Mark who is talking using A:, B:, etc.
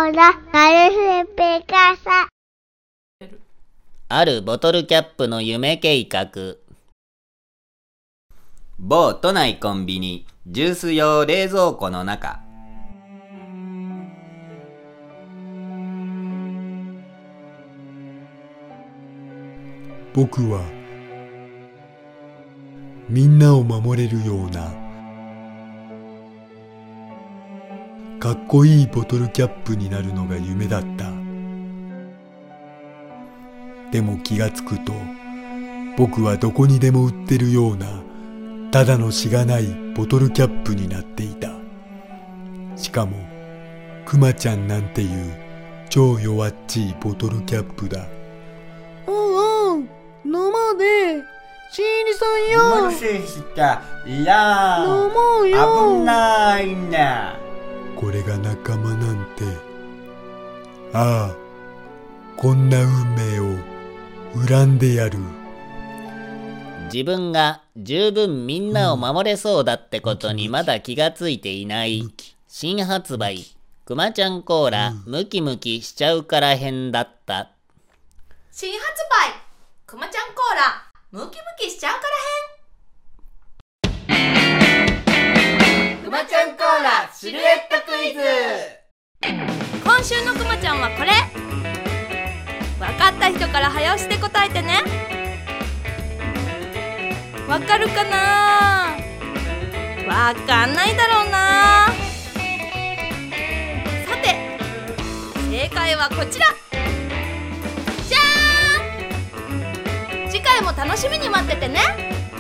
A: ラ、カルフペカサ。
B: あるボトルキャップの夢計画。某都内コンビニジュース用冷蔵庫の中。
C: 僕はみんなを守れるようなかっこいいボトルキャップになるのが夢だった。でも気がつくと僕はどこにでも売ってるようなただのしがないボトルキャップになっていた。しかもクマちゃんなんていう超弱っちいボトルキャップだ。
D: 飲もうで、シーリさんよ。
B: 無視したら
D: 飲もうよ。
B: 危ないな。
C: これが仲間なんて。ああ、こんな運命を恨んでやる。
B: 自分が十分みんなを守れそうだってことにまだ気がついていない新発売くまちゃんコーラムキムキしちゃうから編だった。
E: 新発売くまちゃんコーラムキムキしちゃうから編。くまちゃんコーラシルエットクイズ。今週のくまちゃんはこれ。わかった人から早押しで答えてね。わかるかな？わかんないだろうな。さて正解はこちら。じゃーん。次回も楽しみに待っててね。